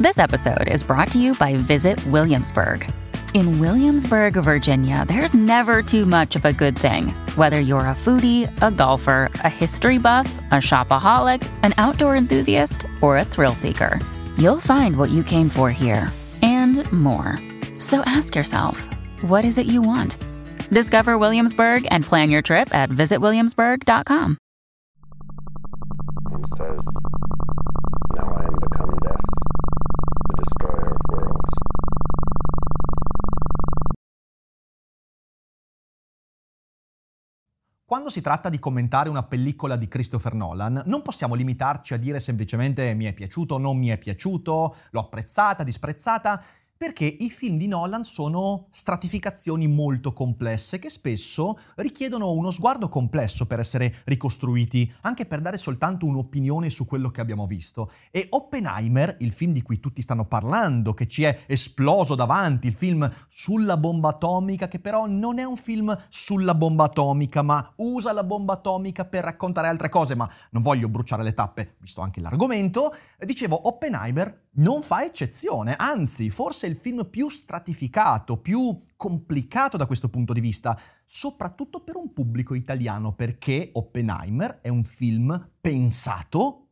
This episode is brought to you by Visit Williamsburg. In Williamsburg, Virginia, there's never too much of a good thing. Whether you're a foodie, a golfer, a history buff, a shopaholic, an outdoor enthusiast, or a thrill seeker, you'll find what you came for here and more. So ask yourself, what is it you want? Discover Williamsburg and plan your trip at visitwilliamsburg.com. And says, "Now I am become death, the destroyer of worlds." Quando si tratta di commentare una pellicola di Christopher Nolan, non possiamo limitarci a dire semplicemente mi è piaciuto, non mi è piaciuto, l'ho apprezzata, disprezzata, perché i film di Nolan sono stratificazioni molto complesse che spesso richiedono uno sguardo complesso per essere ricostruiti, anche per dare soltanto un'opinione su quello che abbiamo visto. E Oppenheimer, il film di cui tutti stanno parlando, che ci è esploso davanti, il film sulla bomba atomica, che però non è un film sulla bomba atomica, ma usa la bomba atomica per raccontare altre cose, ma non voglio bruciare le tappe, visto anche l'argomento. Dicevo, Oppenheimer non fa eccezione, anzi, forse è il film più stratificato, più complicato da questo punto di vista, soprattutto per un pubblico italiano, perché Oppenheimer è un film pensato,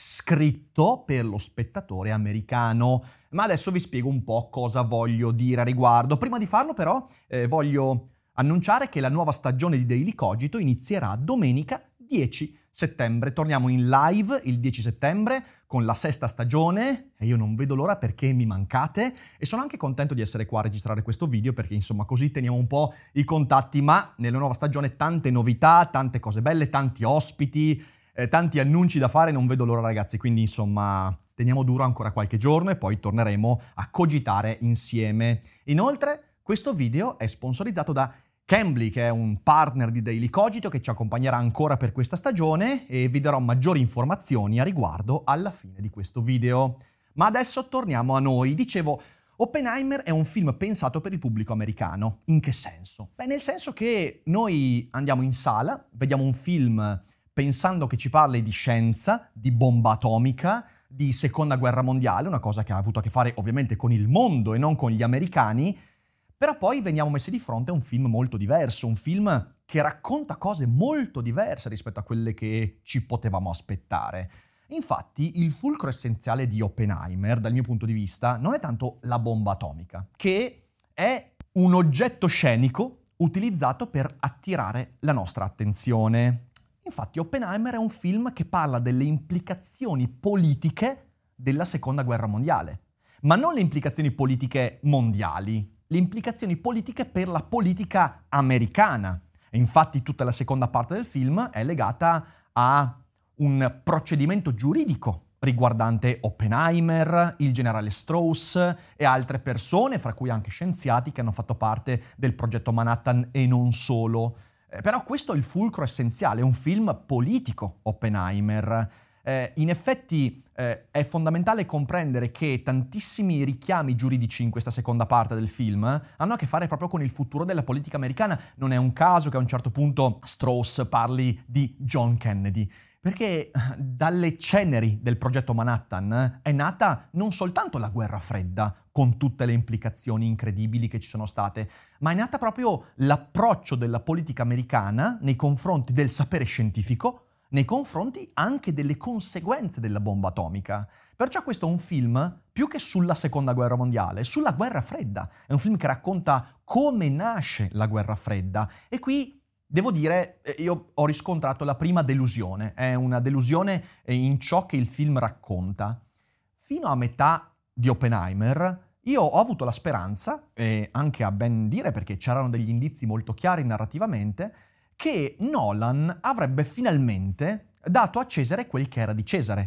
scritto per lo spettatore americano. Ma adesso vi spiego un po' cosa voglio dire a riguardo. Prima di farlo, però, voglio annunciare che la nuova stagione di Daily Cogito inizierà domenica 10 settembre. Torniamo in live il 10 settembre con la sesta stagione e io non vedo l'ora perché mi mancate e sono anche contento di essere qua a registrare questo video perché insomma così teniamo un po' i contatti, ma nella nuova stagione tante novità, tante cose belle, tanti ospiti, tanti annunci da fare, non vedo l'ora ragazzi, quindi insomma teniamo duro ancora qualche giorno e poi torneremo a cogitare insieme. Inoltre questo video è sponsorizzato da Cambly, che è un partner di Daily Cogito che ci accompagnerà ancora per questa stagione e vi darò maggiori informazioni a riguardo alla fine di questo video. Ma adesso torniamo a noi. Dicevo, Oppenheimer è un film pensato per il pubblico americano. In che senso? Beh, nel senso che noi andiamo in sala, vediamo un film pensando che ci parli di scienza, di bomba atomica, di seconda guerra mondiale, una cosa che ha avuto a che fare ovviamente con il mondo e non con gli americani. Però poi veniamo messi di fronte a un film molto diverso, un film che racconta cose molto diverse rispetto a quelle che ci potevamo aspettare. Infatti, il fulcro essenziale di Oppenheimer, dal mio punto di vista, non è tanto la bomba atomica, che è un oggetto scenico utilizzato per attirare la nostra attenzione. Infatti, Oppenheimer è un film che parla delle implicazioni politiche della Seconda Guerra Mondiale, ma non le implicazioni politiche mondiali, le implicazioni politiche per la politica americana. E infatti tutta la seconda parte del film è legata a un procedimento giuridico riguardante Oppenheimer, il generale Strauss e altre persone, fra cui anche scienziati che hanno fatto parte del progetto Manhattan e non solo. Però questo è il fulcro essenziale, è un film politico, Oppenheimer. In effetti è fondamentale comprendere che tantissimi richiami giuridici in questa seconda parte del film hanno a che fare proprio con il futuro della politica americana. Non è un caso che a un certo punto Strauss parli di John Kennedy, perché dalle ceneri del progetto Manhattan è nata non soltanto la guerra fredda, con tutte le implicazioni incredibili che ci sono state, ma è nata proprio l'approccio della politica americana nei confronti del sapere scientifico, nei confronti anche delle conseguenze della bomba atomica. Perciò questo è un film più che sulla seconda guerra mondiale, sulla guerra fredda. È un film che racconta come nasce la guerra fredda. E qui, devo dire, io ho riscontrato la prima delusione. È una delusione in ciò che il film racconta. Fino a metà di Oppenheimer, io ho avuto la speranza, e anche a ben dire perché c'erano degli indizi molto chiari narrativamente, che Nolan avrebbe finalmente dato a Cesare quel che era di Cesare.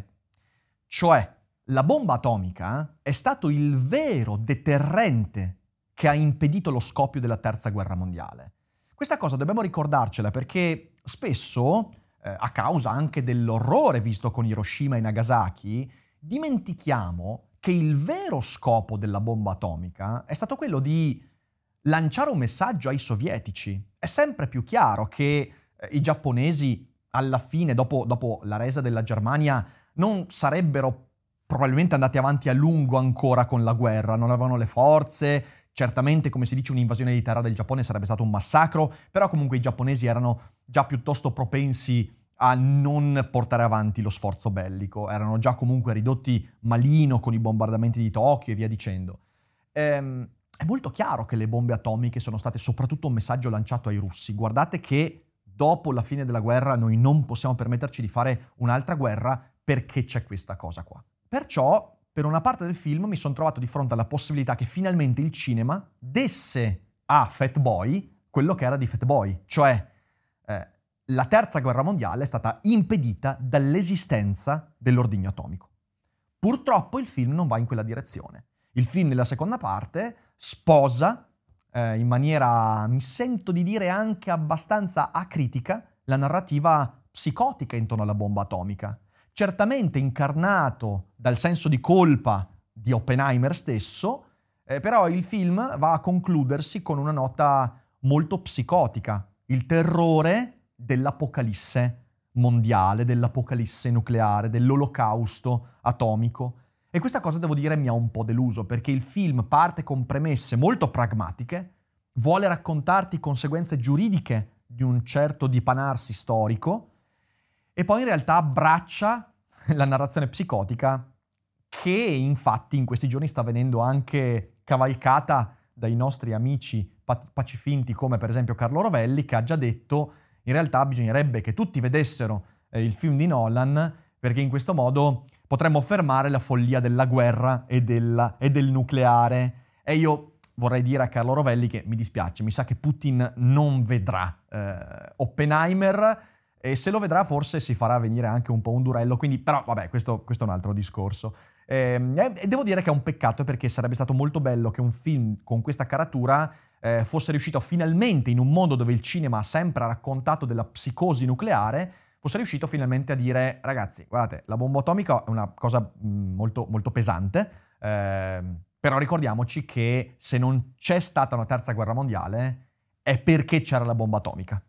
Cioè, la bomba atomica è stato il vero deterrente che ha impedito lo scoppio della Terza Guerra Mondiale. Questa cosa dobbiamo ricordarcela perché spesso, a causa anche dell'orrore visto con Hiroshima e Nagasaki, dimentichiamo che il vero scopo della bomba atomica è stato quello di lanciare un messaggio ai sovietici. È sempre più chiaro che i giapponesi alla fine, dopo la resa della Germania, non sarebbero probabilmente andati avanti a lungo ancora con la guerra, non avevano le forze. Certamente, come si dice, un'invasione di terra del Giappone sarebbe stato un massacro, però comunque i giapponesi erano già piuttosto propensi a non portare avanti lo sforzo bellico, erano già comunque ridotti malino con i bombardamenti di Tokyo e via dicendo. È molto chiaro che le bombe atomiche sono state soprattutto un messaggio lanciato ai russi. Guardate che dopo la fine della guerra noi non possiamo permetterci di fare un'altra guerra perché c'è questa cosa qua. Perciò, per una parte del film mi sono trovato di fronte alla possibilità che finalmente il cinema desse a Fat Boy quello che era di Fat Boy, cioè la terza guerra mondiale è stata impedita dall'esistenza dell'ordigno atomico. Purtroppo il film non va in quella direzione. Il film nella seconda parte sposa in maniera, mi sento di dire anche abbastanza acritica, la narrativa psicotica intorno alla bomba atomica. Certamente incarnato dal senso di colpa di Oppenheimer stesso, però il film va a concludersi con una nota molto psicotica, il terrore dell'apocalisse mondiale, dell'apocalisse nucleare, dell'olocausto atomico. E questa cosa, devo dire, mi ha un po' deluso, perché il film parte con premesse molto pragmatiche, vuole raccontarti conseguenze giuridiche di un certo dipanarsi storico, e poi in realtà abbraccia la narrazione psicotica che infatti in questi giorni sta venendo anche cavalcata dai nostri amici pacifinti come per esempio Carlo Rovelli, che ha già detto in realtà bisognerebbe che tutti vedessero il film di Nolan, perché in questo modo potremmo fermare la follia della guerra e del nucleare. E io vorrei dire a Carlo Rovelli che mi dispiace, mi sa che Putin non vedrà Oppenheimer, e se lo vedrà forse si farà venire anche un po' un durello, quindi però vabbè, questo è un altro discorso. E devo dire che è un peccato, perché sarebbe stato molto bello che un film con questa caratura fosse riuscito finalmente, in un mondo dove il cinema ha sempre raccontato della psicosi nucleare, fosse riuscito finalmente a dire: ragazzi, guardate, la bomba atomica è una cosa molto, molto pesante, però ricordiamoci che se non c'è stata una terza guerra mondiale è perché c'era la bomba atomica.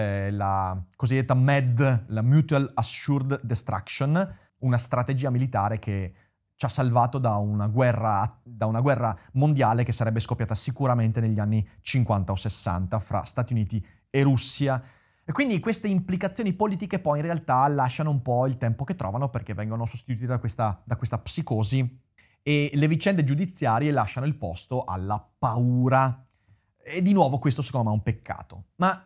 La cosiddetta MAD, la Mutual Assured Destruction, una strategia militare che ci ha salvato da una guerra mondiale che sarebbe scoppiata sicuramente negli anni 50 o 60 fra Stati Uniti e Russia. E quindi queste implicazioni politiche poi in realtà lasciano un po' il tempo che trovano, perché vengono sostituite da questa psicosi, e le vicende giudiziarie lasciano il posto alla paura. E di nuovo questo secondo me è un peccato. Ma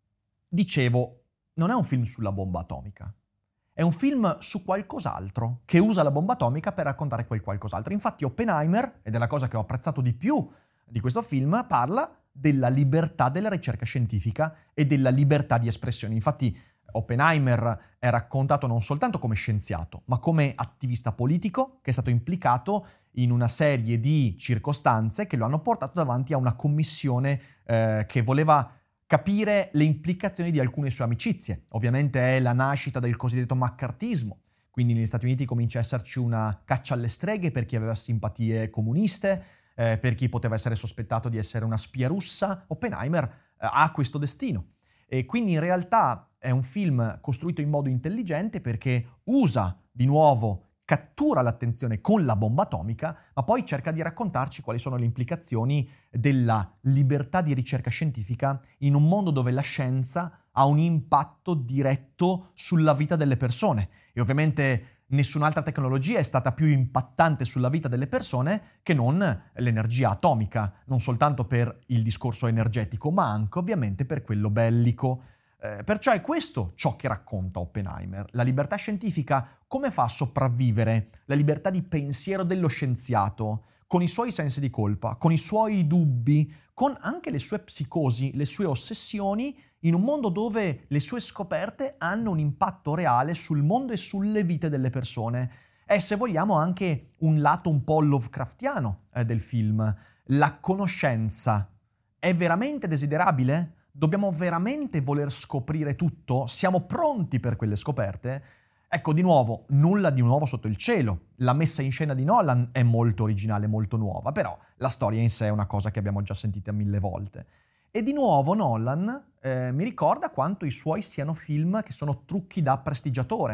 dicevo, non è un film sulla bomba atomica. È un film su qualcos'altro, che usa la bomba atomica per raccontare quel qualcos'altro. Infatti Oppenheimer, ed è la cosa che ho apprezzato di più di questo film, parla della libertà della ricerca scientifica e della libertà di espressione. Infatti Oppenheimer è raccontato non soltanto come scienziato, ma come attivista politico che è stato implicato in una serie di circostanze che lo hanno portato davanti a una commissione che voleva capire le implicazioni di alcune sue amicizie. Ovviamente è la nascita del cosiddetto maccartismo, quindi negli Stati Uniti comincia a esserci una caccia alle streghe per chi aveva simpatie comuniste, per chi poteva essere sospettato di essere una spia russa. Oppenheimer ha questo destino. E quindi in realtà è un film costruito in modo intelligente, perché usa di nuovo, cattura l'attenzione con la bomba atomica, ma poi cerca di raccontarci quali sono le implicazioni della libertà di ricerca scientifica in un mondo dove la scienza ha un impatto diretto sulla vita delle persone. E ovviamente nessun'altra tecnologia è stata più impattante sulla vita delle persone che non l'energia atomica, non soltanto per il discorso energetico, ma anche ovviamente per quello bellico. Perciò è questo ciò che racconta Oppenheimer. La libertà scientifica come fa a sopravvivere? La libertà di pensiero dello scienziato, con i suoi sensi di colpa, con i suoi dubbi, con anche le sue psicosi, le sue ossessioni, in un mondo dove le sue scoperte hanno un impatto reale sul mondo e sulle vite delle persone. È, se vogliamo, anche un lato un po' Lovecraftiano del film. La conoscenza è veramente desiderabile? Dobbiamo veramente voler scoprire tutto? Siamo pronti per quelle scoperte? Ecco, di nuovo, nulla di nuovo sotto il cielo. La messa in scena di Nolan è molto originale, molto nuova, però la storia in sé è una cosa che abbiamo già sentito 1000 volte. E di nuovo Nolan mi ricorda quanto i suoi siano film che sono trucchi da prestigiatore.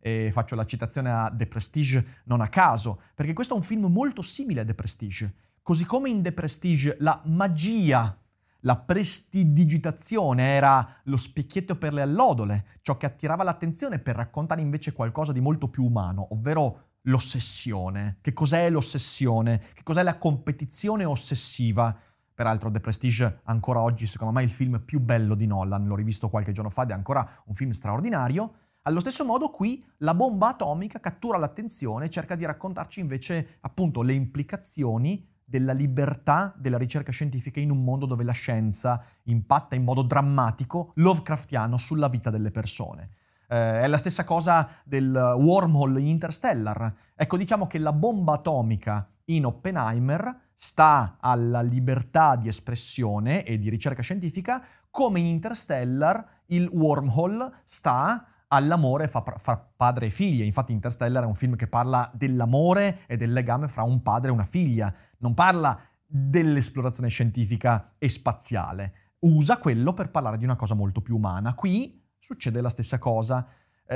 e faccio la citazione a The Prestige non a caso, perché questo è un film molto simile a The Prestige. Così come in The Prestige la magia, la prestidigitazione era lo specchietto per le allodole, ciò che attirava l'attenzione per raccontare invece qualcosa di molto più umano, ovvero l'ossessione. Che cos'è l'ossessione? Che cos'è la competizione ossessiva? Peraltro The Prestige ancora oggi secondo me è il film più bello di Nolan, l'ho rivisto qualche giorno fa ed è ancora un film straordinario. Allo stesso modo qui la bomba atomica cattura l'attenzione e cerca di raccontarci invece appunto le implicazioni della libertà della ricerca scientifica in un mondo dove la scienza impatta in modo drammatico, Lovecraftiano, sulla vita delle persone. È la stessa cosa del wormhole in Interstellar. Ecco, diciamo che la bomba atomica in Oppenheimer sta alla libertà di espressione e di ricerca scientifica, come in Interstellar il wormhole sta all'amore fra padre e figlia. Infatti Interstellar è un film che parla dell'amore e del legame fra un padre e una figlia. Non parla dell'esplorazione scientifica e spaziale. Usa quello per parlare di una cosa molto più umana. Qui succede la stessa cosa.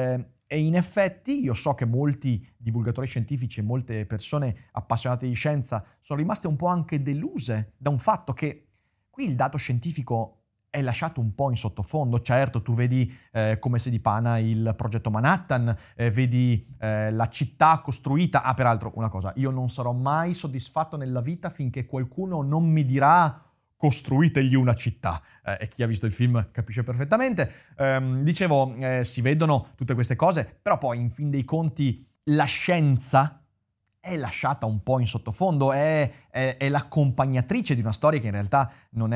E in effetti io so che molti divulgatori scientifici e molte persone appassionate di scienza sono rimaste un po' anche deluse da un fatto che qui il dato scientifico è lasciato un po' in sottofondo. Certo, tu vedi come si dipana il progetto Manhattan, vedi la città costruita. Ah, peraltro, una cosa, io non sarò mai soddisfatto nella vita finché qualcuno non mi dirà costruitegli una città. E chi ha visto il film capisce perfettamente. Dicevo, si vedono tutte queste cose, però poi in fin dei conti la scienza è lasciata un po' in sottofondo, è l'accompagnatrice di una storia che in realtà non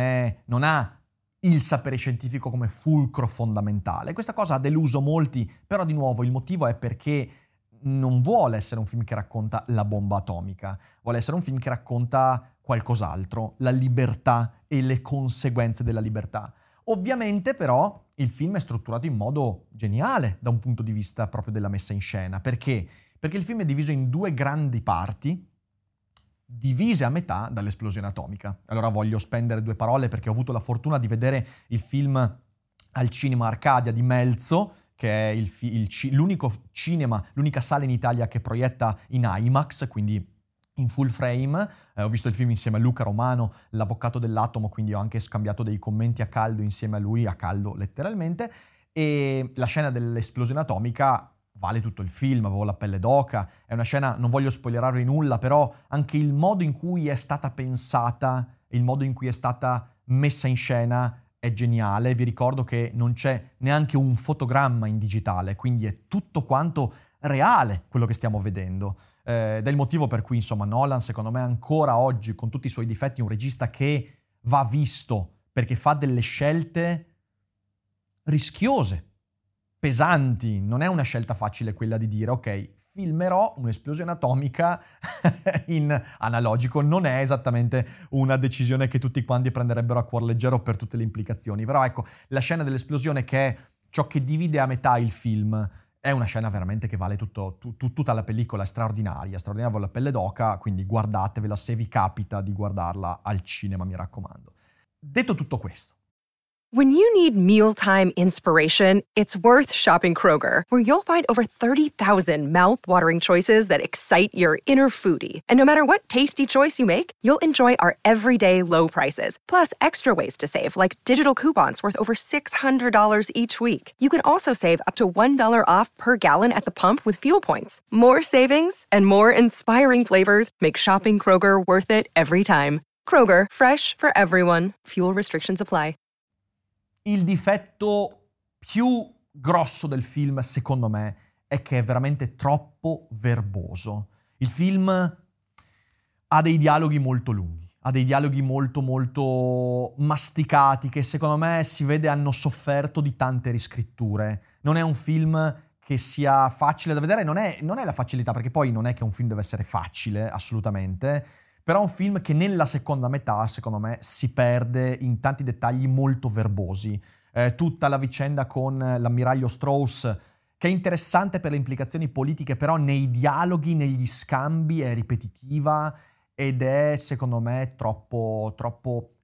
ha il sapere scientifico come fulcro fondamentale. Questa cosa ha deluso molti, però di nuovo il motivo è perché non vuole essere un film che racconta la bomba atomica, vuole essere un film che racconta qualcos'altro, la libertà e le conseguenze della libertà. Ovviamente però il film è strutturato in modo geniale da un punto di vista proprio della messa in scena. Perché? Perché il film è diviso in due grandi parti, divise a metà dall'esplosione atomica. Allora voglio spendere due parole perché ho avuto la fortuna di vedere il film al Cinema Arcadia di Melzo, che è l'unico cinema, l'unica sala in Italia che proietta in IMAX, quindi in full frame. Ho visto il film insieme a Luca Romano, l'avvocato dell'atomo, quindi ho anche scambiato dei commenti a caldo insieme a lui, a caldo letteralmente, e la scena dell'esplosione atomica vale tutto il film, avevo la pelle d'oca, è una scena, non voglio spoilerarvi nulla, però anche il modo in cui è stata pensata, il modo in cui è stata messa in scena è geniale. Vi ricordo che non c'è neanche un fotogramma in digitale, quindi è tutto quanto reale quello che stiamo vedendo. Ed è il motivo per cui, insomma, Nolan, secondo me, ancora oggi, con tutti i suoi difetti, è un regista che va visto, perché fa delle scelte rischiose, pesanti. Non è una scelta facile quella di dire, ok, filmerò un'esplosione atomica in analogico. Non è esattamente una decisione che tutti quanti prenderebbero a cuor leggero per tutte le implicazioni. Però ecco, la scena dell'esplosione, che è ciò che divide a metà il film, è una scena veramente che vale tutta la pellicola, è straordinaria, con la pelle d'oca, quindi guardatevela se vi capita di guardarla al cinema, mi raccomando. Detto tutto questo, when you need mealtime inspiration, it's worth shopping Kroger, where you'll find over 30,000 mouth-watering choices that excite your inner foodie. And no matter what tasty choice you make, you'll enjoy our everyday low prices, plus extra ways to save, like digital coupons worth over $600 each week. You can also save up to $1 off per gallon at the pump with fuel points. More savings and more inspiring flavors make shopping Kroger worth it every time. Kroger, fresh for everyone. Fuel restrictions apply. il difetto più grosso del film, secondo me, è che è veramente troppo verboso. Il film ha dei dialoghi molto lunghi, ha dei dialoghi molto masticati, che secondo me si vede hanno sofferto di tante riscritture. Non è un film che sia facile da vedere, non è la facilità, perché poi non è che un film deve essere facile, assolutamente, però è un film che nella seconda metà, secondo me, si perde in tanti dettagli molto verbosi. Tutta la vicenda con l'ammiraglio Strauss, che è interessante per le implicazioni politiche, però nei dialoghi, negli scambi è ripetitiva ed è, secondo me, troppo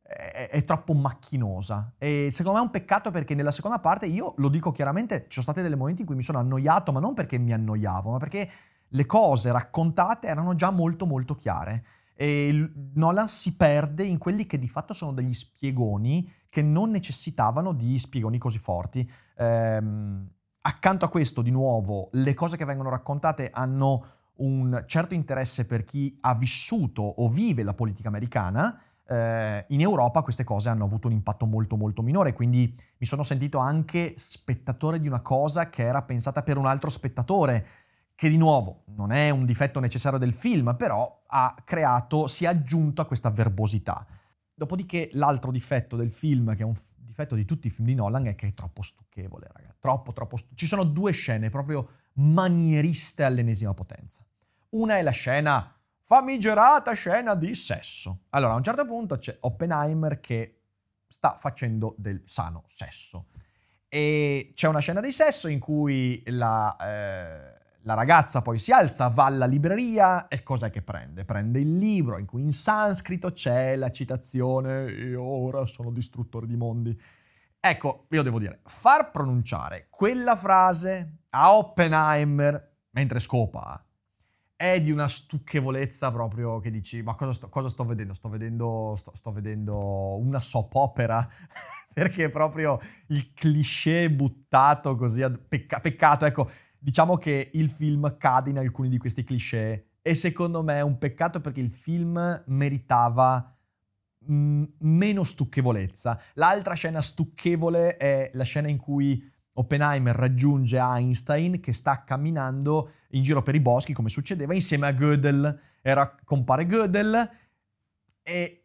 è troppo macchinosa. E secondo me è un peccato perché nella seconda parte, io lo dico chiaramente, ci sono stati dei momenti in cui mi sono annoiato, ma non perché mi annoiavo, ma perché le cose raccontate erano già molto molto chiare. E Nolan si perde in quelli che di fatto sono degli spiegoni che non necessitavano di spiegoni così forti. Accanto a questo, di nuovo, le cose che vengono raccontate hanno un certo interesse per chi ha vissuto o vive la politica americana. In Europa queste cose hanno avuto un impatto molto molto minore, quindi mi sono sentito anche spettatore di una cosa che era pensata per un altro spettatore, che di nuovo non è un difetto necessario del film, però si è aggiunto a questa verbosità. Dopodiché l'altro difetto del film, che è un difetto di tutti i film di Nolan, è che è troppo stucchevole, raga. Troppo. Ci sono due scene proprio manieriste all'ennesima potenza. Una è la famigerata scena di sesso. Allora, a un certo punto c'è Oppenheimer che sta facendo del sano sesso. E c'è una scena di sesso in cui la ragazza poi si alza, va alla libreria e cos'è che prende? Prende il libro in cui in sanscrito c'è la citazione «Io ora sono distruttore di mondi». Ecco, io devo dire, far pronunciare quella frase a Oppenheimer mentre scopa è di una stucchevolezza proprio che dici «Ma cosa sto vedendo? Sto vedendo una soap opera?» perché proprio il cliché buttato così, peccato, ecco. Diciamo che il film cade in alcuni di questi cliché e secondo me è un peccato perché il film meritava meno stucchevolezza. L'altra scena stucchevole è la scena in cui Oppenheimer raggiunge Einstein che sta camminando in giro per i boschi, come succedeva, insieme a Gödel. Compare Gödel e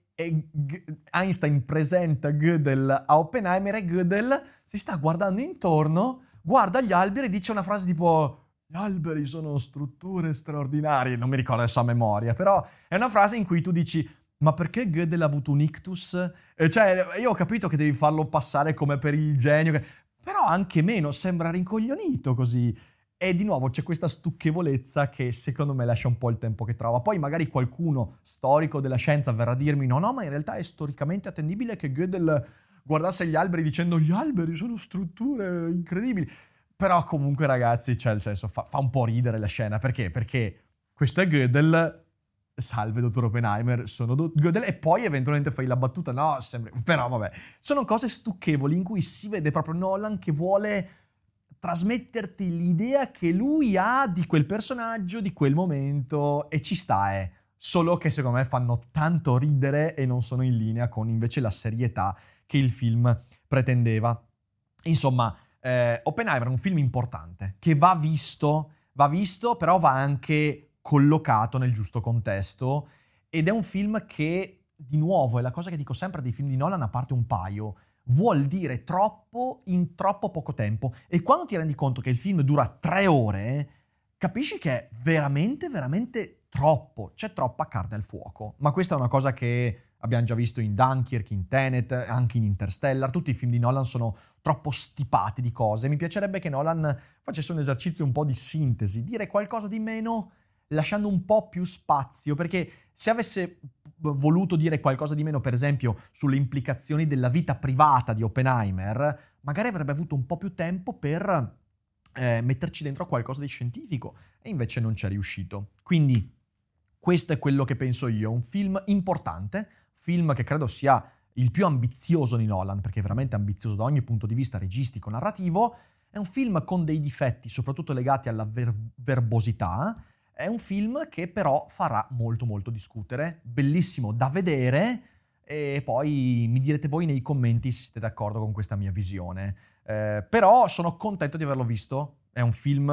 Einstein presenta Gödel a Oppenheimer e Gödel si sta guardando intorno, guarda gli alberi e dice una frase tipo «Gli alberi sono strutture straordinarie», non mi ricordo adesso a memoria, però è una frase in cui tu dici «Ma perché Gödel ha avuto un ictus?» Cioè, io ho capito che devi farlo passare come per il genio, però anche meno, sembra rincoglionito così. E di nuovo c'è questa stucchevolezza che secondo me lascia un po' il tempo che trova. Poi magari qualcuno storico della scienza verrà a dirmi no, ma in realtà è storicamente attendibile che Gödel guardasse gli alberi dicendo «Gli alberi sono strutture incredibili». Però comunque ragazzi, cioè nel senso, fa un po' ridere la scena. Perché? Perché questo è Gödel, salve dottor Oppenheimer, sono Gödel, e poi eventualmente fai la battuta, no, però vabbè. Sono cose stucchevoli in cui si vede proprio Nolan che vuole trasmetterti l'idea che lui ha di quel personaggio, di quel momento, e ci sta, solo che secondo me fanno tanto ridere e non sono in linea con invece la serietà che il film pretendeva. Insomma, Oppenheimer è un film importante, che va visto, però va anche collocato nel giusto contesto, ed è un film che, di nuovo, è la cosa che dico sempre dei film di Nolan, a parte un paio, vuol dire troppo in troppo poco tempo, e quando ti rendi conto che il film dura 3 ore, capisci che è veramente, veramente troppo, c'è troppa carne al fuoco. Ma questa è una cosa che abbiamo già visto in Dunkirk, in Tenet, anche in Interstellar. Tutti i film di Nolan sono troppo stipati di cose. Mi piacerebbe che Nolan facesse un esercizio un po' di sintesi, dire qualcosa di meno, lasciando un po' più spazio, perché se avesse voluto dire qualcosa di meno, per esempio, sulle implicazioni della vita privata di Oppenheimer, magari avrebbe avuto un po' più tempo per metterci dentro qualcosa di scientifico, e invece non ci è riuscito. Quindi questo è quello che penso io, un film importante, film che credo sia il più ambizioso di Nolan, perché è veramente ambizioso da ogni punto di vista registico, narrativo. È un film con dei difetti, soprattutto legati alla verbosità. È un film che però farà molto molto discutere, bellissimo da vedere, e poi mi direte voi nei commenti se siete d'accordo con questa mia visione. Però sono contento di averlo visto, è un film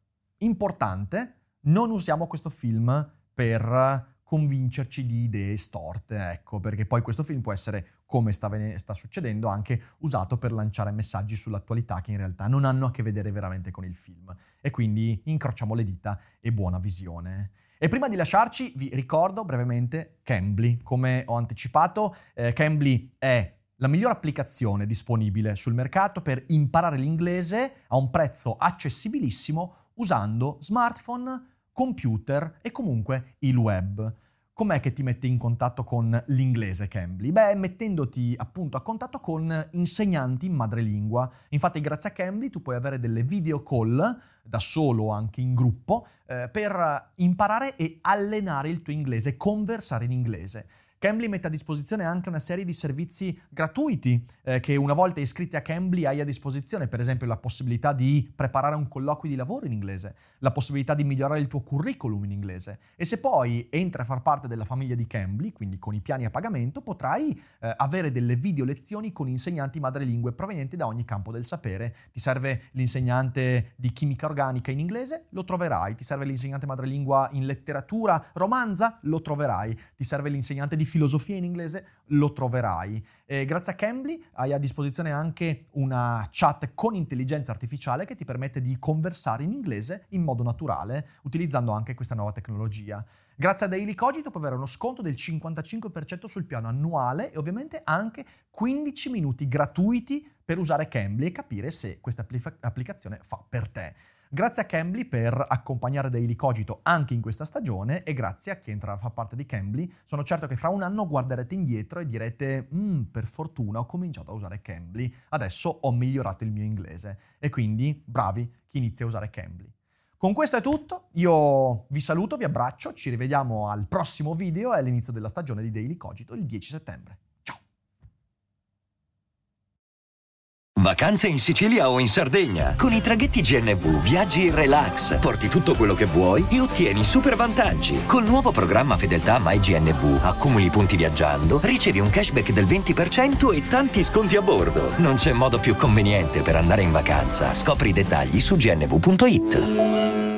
importante, non usiamo questo film per convincerci di idee storte, ecco, perché poi questo film può essere, come sta succedendo, anche usato per lanciare messaggi sull'attualità che in realtà non hanno a che vedere veramente con il film. E quindi incrociamo le dita e buona visione. E prima di lasciarci vi ricordo brevemente Cambly. Come ho anticipato, Cambly è la migliore applicazione disponibile sul mercato per imparare l'inglese a un prezzo accessibilissimo usando smartphone, computer e comunque il web. Com'è che ti mette in contatto con l'inglese Cambly? Beh, mettendoti appunto a contatto con insegnanti in madrelingua. Infatti grazie a Cambly tu puoi avere delle video call, da solo o anche in gruppo, per imparare e allenare il tuo inglese, conversare in inglese. Cambly mette a disposizione anche una serie di servizi gratuiti che una volta iscritti a Cambly hai a disposizione, per esempio la possibilità di preparare un colloquio di lavoro in inglese, la possibilità di migliorare il tuo curriculum in inglese. E se poi entri a far parte della famiglia di Cambly, quindi con i piani a pagamento, potrai avere delle video lezioni con insegnanti madrelingue provenienti da ogni campo del sapere. Ti serve l'insegnante di chimica organica in inglese? Lo troverai. Ti serve l'insegnante madrelingua in letteratura romanza? Lo troverai. Ti serve l'insegnante di filosofia in inglese? Lo troverai. Grazie a Cambly hai a disposizione anche una chat con intelligenza artificiale che ti permette di conversare in inglese in modo naturale, utilizzando anche questa nuova tecnologia. Grazie a Daily Cogito puoi avere uno sconto del 55% sul piano annuale e ovviamente anche 15 minuti gratuiti per usare Cambly e capire se questa applicazione fa per te. Grazie a Cambly per accompagnare Daily Cogito anche in questa stagione e grazie a chi entra a far parte di Cambly. Sono certo che fra un anno guarderete indietro e direte per fortuna ho cominciato a usare Cambly, adesso ho migliorato il mio inglese. E quindi bravi chi inizia a usare Cambly. Con questo è tutto, io vi saluto, vi abbraccio, ci rivediamo al prossimo video e all'inizio della stagione di Daily Cogito il 10 settembre. Vacanze in Sicilia o in Sardegna. Con i traghetti GNV viaggi in relax, porti tutto quello che vuoi e ottieni super vantaggi. Col nuovo programma Fedeltà MyGNV accumuli punti viaggiando, ricevi un cashback del 20% e tanti sconti a bordo. Non c'è modo più conveniente per andare in vacanza. Scopri i dettagli su gnv.it.